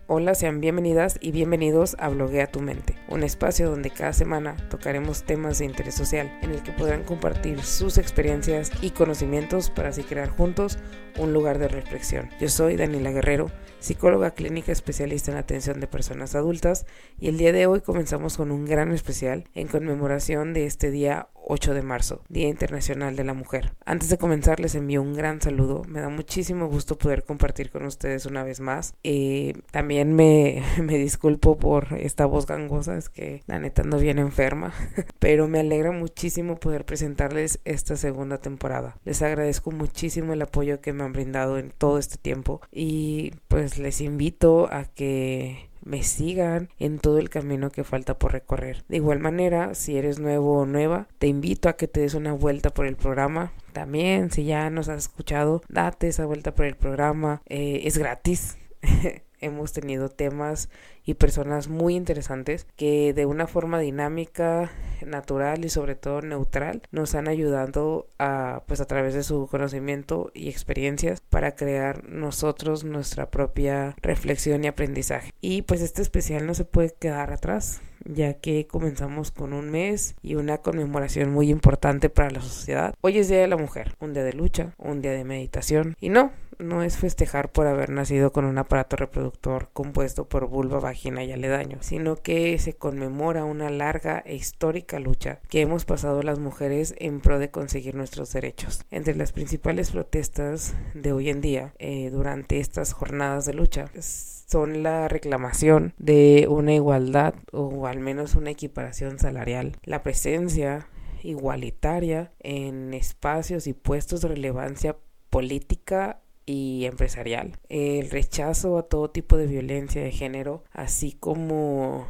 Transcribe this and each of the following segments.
Hola, sean bienvenidas y bienvenidos a Bloguea tu Mente, un espacio donde cada semana tocaremos temas de interés social en el que podrán compartir sus experiencias y conocimientos para así crear juntos un lugar de reflexión. Yo soy Daniela Guerrero, psicóloga clínica especialista en atención de personas adultas, y el día de hoy comenzamos con un gran especial en conmemoración de este día 8 de marzo, Día Internacional de la Mujer. Antes de comenzar les envío un gran saludo, me da muchísimo gusto poder compartir con ustedes una vez más. También me disculpo por esta voz gangosa, es que la neta ando bien enferma, pero me alegra muchísimo poder presentarles esta segunda temporada. Les agradezco muchísimo el apoyo que me han brindado en todo este tiempo y pues les invito a que me sigan en todo el camino que falta por recorrer. De igual manera, si eres nuevo o nueva, te invito a que te des una vuelta por el programa. También, si ya nos has escuchado, date esa vuelta por el programa, es gratis. Hemos tenido temas y personas muy interesantes que de una forma dinámica, natural y sobre todo neutral nos han ayudado a través de su conocimiento y experiencias para crear nosotros nuestra propia reflexión y aprendizaje. Y pues este especial no se puede quedar atrás, ya que comenzamos con un mes y una conmemoración muy importante para la sociedad. Hoy es Día de la Mujer, un día de lucha, un día de meditación, y no es festejar por haber nacido con un aparato reproductor compuesto por vulva, vagina y aledaños, sino que se conmemora una larga e histórica lucha que hemos pasado las mujeres en pro de conseguir nuestros derechos. Entre las principales protestas de hoy en día, durante estas jornadas de lucha, son la reclamación de una igualdad o al menos una equiparación salarial, la presencia igualitaria en espacios y puestos de relevancia política y empresarial, el rechazo a todo tipo de violencia de género, así como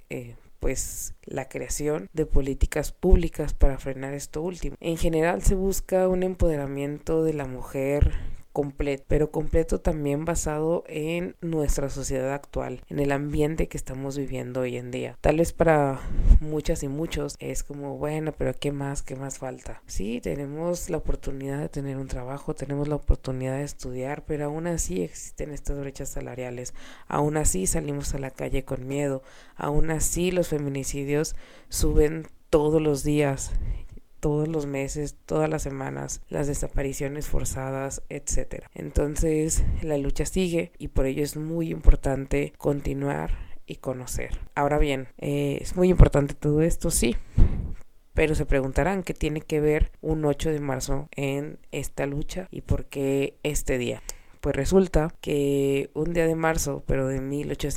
la creación de políticas públicas para frenar esto último. En general se busca un empoderamiento de la mujer completo también basado en nuestra sociedad actual, en el ambiente que estamos viviendo hoy en día. Tal vez para muchas y muchos es como, bueno, pero ¿qué más falta? Sí, tenemos la oportunidad de tener un trabajo, tenemos la oportunidad de estudiar, pero aún así existen estas brechas salariales, aún así salimos a la calle con miedo, aún así los feminicidios suben todos los días, todos los meses, todas las semanas, las desapariciones forzadas, etc. Entonces la lucha sigue y por ello es muy importante continuar y conocer. Ahora bien, es muy importante todo esto, sí, pero se preguntarán qué tiene que ver un 8 de marzo en esta lucha y por qué este día. Pues resulta que un día de marzo, pero de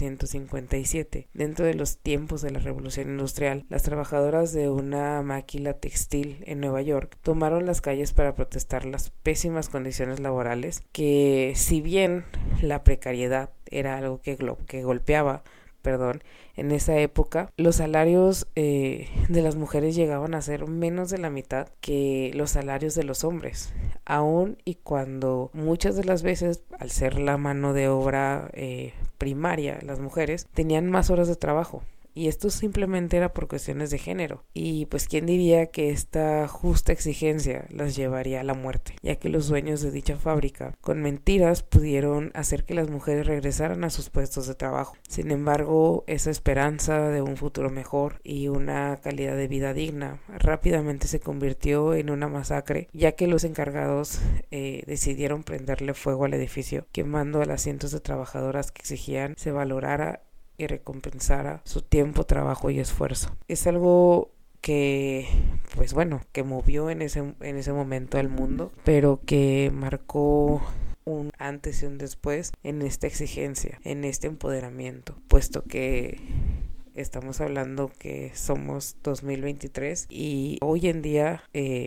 1857, dentro de los tiempos de la Revolución Industrial, las trabajadoras de una máquina textil en Nueva York tomaron las calles para protestar las pésimas condiciones laborales, que si bien la precariedad era algo que golpeaba, en esa época los salarios de las mujeres llegaban a ser menos de la mitad que los salarios de los hombres, aun y cuando muchas de las veces, al ser la mano de obra primaria, las mujeres tenían más horas de trabajo. Y esto simplemente era por cuestiones de género. Y pues quién diría que esta justa exigencia las llevaría a la muerte, ya que los dueños de dicha fábrica con mentiras pudieron hacer que las mujeres regresaran a sus puestos de trabajo. Sin embargo, esa esperanza de un futuro mejor y una calidad de vida digna rápidamente se convirtió en una masacre, ya que los encargados decidieron prenderle fuego al edificio, quemando a las cientos de trabajadoras que exigían se valorara y recompensara su tiempo, trabajo y esfuerzo. Es algo que que movió en ese momento al mundo, pero que marcó un antes y un después en esta exigencia, en este empoderamiento, puesto que estamos hablando que somos 2023 y hoy en día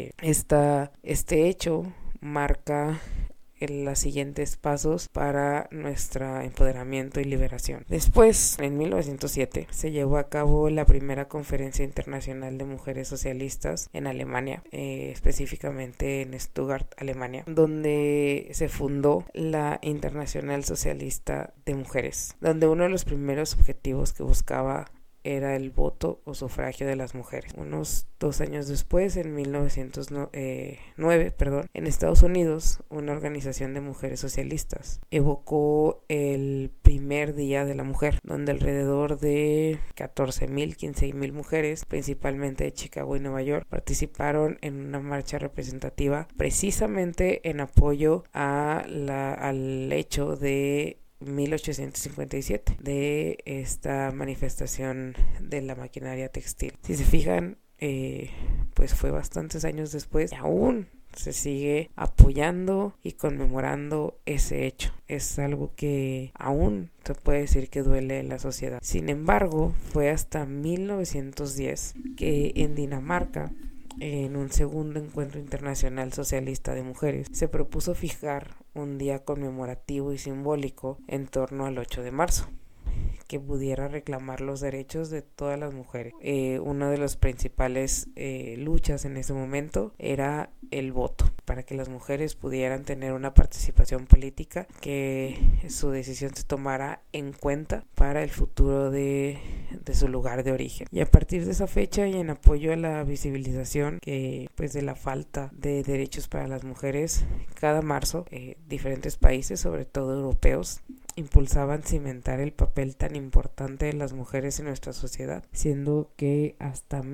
este hecho marca los siguientes pasos para nuestro empoderamiento y liberación. Después, en 1907, se llevó a cabo la primera conferencia internacional de mujeres socialistas en Alemania, específicamente en Stuttgart, Alemania, donde se fundó la Internacional Socialista de Mujeres, donde uno de los primeros objetivos que buscaba era el voto o sufragio de las mujeres. Unos 2 años después, en 1909, en Estados Unidos, una organización de mujeres socialistas evocó el primer Día de la Mujer, donde alrededor de 14,000, 15,000 mujeres, principalmente de Chicago y Nueva York, participaron en una marcha representativa precisamente en apoyo al hecho de 1857 de esta manifestación de la maquinaria textil. Si se fijan, pues fue bastantes años después y aún se sigue apoyando y conmemorando ese hecho. Es algo que aún se puede decir que duele en la sociedad. Sin embargo, fue hasta 1910 que en Dinamarca, en un segundo encuentro internacional socialista de mujeres, se propuso fijar un día conmemorativo y simbólico en torno al 8 de marzo, que pudiera reclamar los derechos de todas las mujeres. Una de las principales luchas en ese momento era el voto, para que las mujeres pudieran tener una participación política, que su decisión se tomara en cuenta para el futuro de su lugar de origen. Y a partir de esa fecha, y en apoyo a la visibilización de la falta de derechos para las mujeres, cada marzo diferentes países, sobre todo europeos, impulsaban cimentar el papel tan importante de las mujeres en nuestra sociedad, siendo que hasta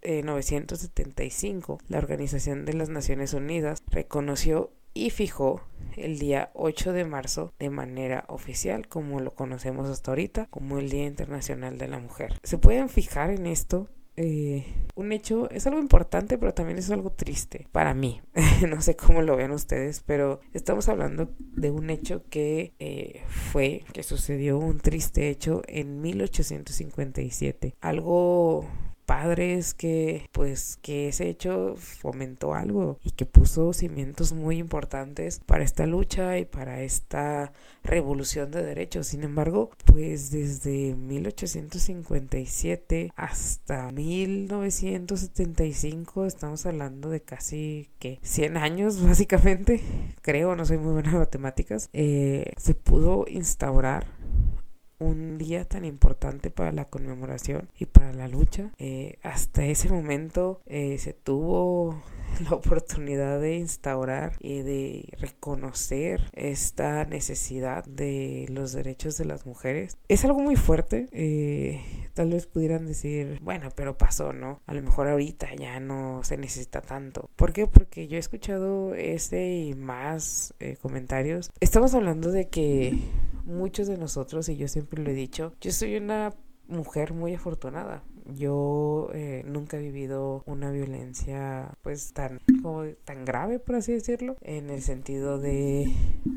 1975 la Organización de las Naciones Unidas reconoció y fijó el día 8 de marzo de manera oficial, como lo conocemos hasta ahorita, como el Día Internacional de la Mujer. Se pueden fijar en esto. Un hecho, es algo importante, pero también es algo triste para mí. No sé cómo lo ven ustedes, pero estamos hablando de un hecho que sucedió, un triste hecho en 1857. Algo padre es que ese hecho fomentó algo y que puso cimientos muy importantes para esta lucha y para esta revolución de derechos. Sin embargo, pues desde 1857 hasta 1975 estamos hablando de casi 100 años básicamente, creo, no soy muy buena en matemáticas, se pudo instaurar un día tan importante para la conmemoración y para la lucha. Hasta ese momento se tuvo la oportunidad de instaurar y de reconocer esta necesidad de los derechos de las mujeres. Es algo muy fuerte. Tal vez pudieran decir, bueno, pero pasó, ¿no? A lo mejor ahorita ya no se necesita tanto. ¿Por qué? Porque yo he escuchado y más comentarios. Estamos hablando de que muchos de nosotros, y yo siempre lo he dicho, yo soy una mujer muy afortunada. Yo nunca he vivido una violencia tan grave, por así decirlo, en el sentido de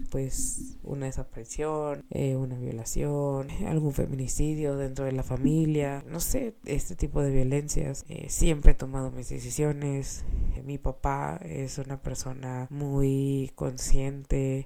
una desaparición, una violación, algún feminicidio dentro de la familia, no sé, este tipo de violencias. Siempre he tomado mis decisiones. Mi papá es una persona muy consciente,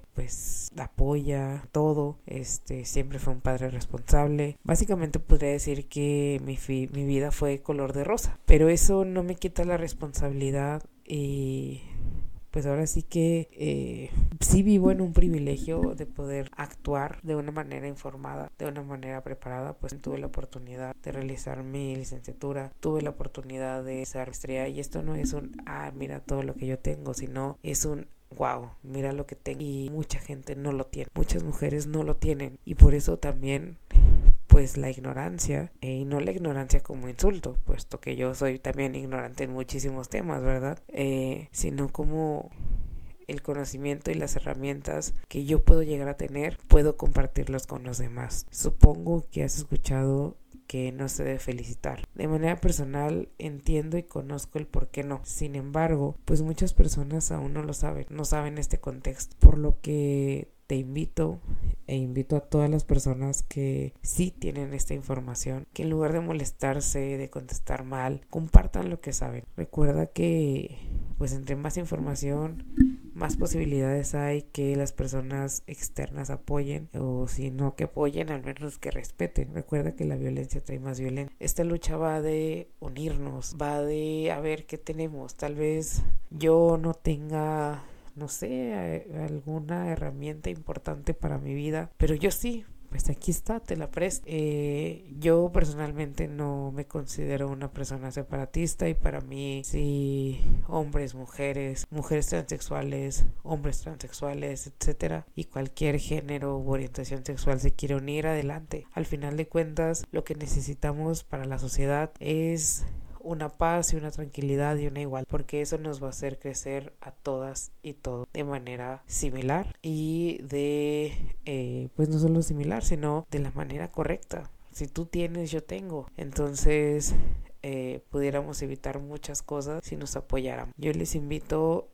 apoya todo, siempre fue un padre responsable. Básicamente podría decir que mi vida fue color de rosa, pero eso no me quita la responsabilidad y pues ahora sí que sí vivo en un privilegio de poder actuar de una manera informada, de una manera preparada. Pues tuve la oportunidad de realizar mi licenciatura, tuve la oportunidad de hacer maestría, y esto no es mira todo lo que yo tengo, sino es wow, mira lo que tengo, y mucha gente no lo tiene, muchas mujeres no lo tienen, y por eso también la ignorancia, y no la ignorancia como insulto, puesto que yo soy también ignorante en muchísimos temas, ¿verdad? Sino como el conocimiento y las herramientas que yo puedo llegar a tener, puedo compartirlos con los demás. Supongo que has escuchado que no se debe felicitar. De manera personal entiendo y conozco el por qué no. Sin embargo, muchas personas aún no lo saben, no saben este contexto, por lo que te invito a todas las personas que sí tienen esta información, que en lugar de molestarse, de contestar mal, compartan lo que saben. Recuerda que entre más información, más posibilidades hay que las personas externas apoyen, o si no que apoyen, al menos que respeten. Recuerda que la violencia trae más violencia. Esta lucha va de unirnos, va de a ver qué tenemos. Tal vez yo no tenga, no sé, alguna herramienta importante para mi vida, pero yo sí, pues aquí está, te la presto. Yo personalmente no me considero una persona separatista, y para mí si hombres, mujeres transexuales, hombres transexuales, etcétera, y cualquier género u orientación sexual se quiere unir, adelante. Al final de cuentas, lo que necesitamos para la sociedad es una paz y una tranquilidad y una igualdad, porque eso nos va a hacer crecer a todas y todos de manera similar, y pues no solo similar, sino de la manera correcta. Si tú tienes, yo tengo. Entonces pudiéramos evitar muchas cosas si nos apoyáramos. Yo les invito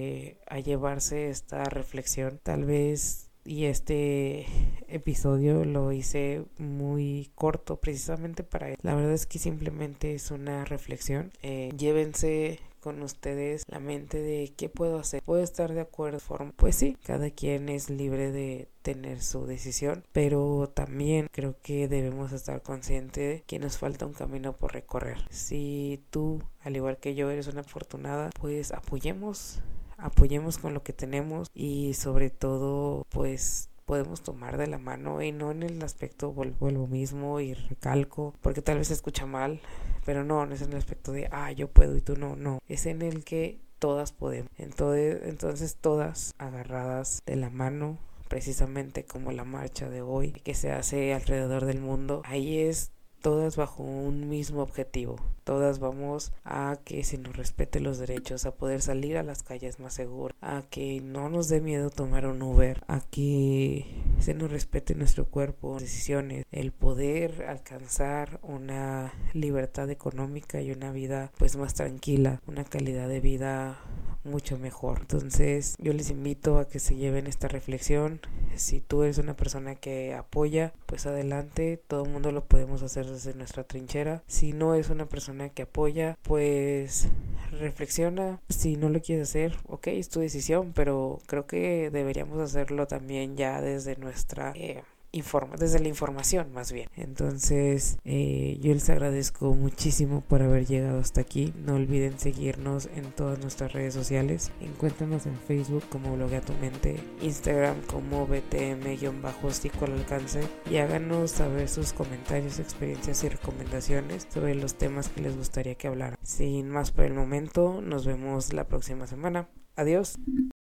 a llevarse esta reflexión. Tal vez, y este episodio lo hice muy corto precisamente para él. La verdad es que simplemente es una reflexión. Llévense con ustedes la mente de qué puedo hacer. ¿Puedo estar de acuerdo? Pues sí, cada quien es libre de tener su decisión, pero también creo que debemos estar conscientes de que nos falta un camino por recorrer. Si tú, al igual que yo, eres una afortunada, pues apoyemos con lo que tenemos, y sobre todo pues podemos tomar de la mano, y no en el aspecto, vuelvo lo mismo y recalco, porque tal vez se escucha mal, pero no es en el aspecto de yo puedo y tú no, es en el que todas podemos. Entonces todas agarradas de la mano, precisamente como la marcha de hoy que se hace alrededor del mundo, ahí es todas bajo un mismo objetivo. Todas vamos a que se nos respete los derechos, a poder salir a las calles más seguras, a que no nos dé miedo tomar un Uber, a que se nos respete nuestro cuerpo, decisiones, el poder alcanzar una libertad económica y una vida pues más tranquila, una calidad de vida mucho mejor. Entonces yo les invito a que se lleven esta reflexión. Si tú eres una persona que apoya, pues adelante, todo el mundo lo podemos hacer desde nuestra trinchera. Si no es una persona que apoya, pues reflexiona. Si no lo quieres hacer, ok, es tu decisión, pero creo que deberíamos hacerlo también ya desde nuestra desde la información más bien. Entonces yo les agradezco muchísimo por haber llegado hasta aquí. No olviden seguirnos en todas nuestras redes sociales. Encuéntranos en Facebook como Bloguea tu Mente, Instagram como BTM-Psico al Alcance, y háganos saber sus comentarios, experiencias y recomendaciones sobre los temas que les gustaría que hablara. Sin más por el momento, nos vemos la próxima semana. Adiós.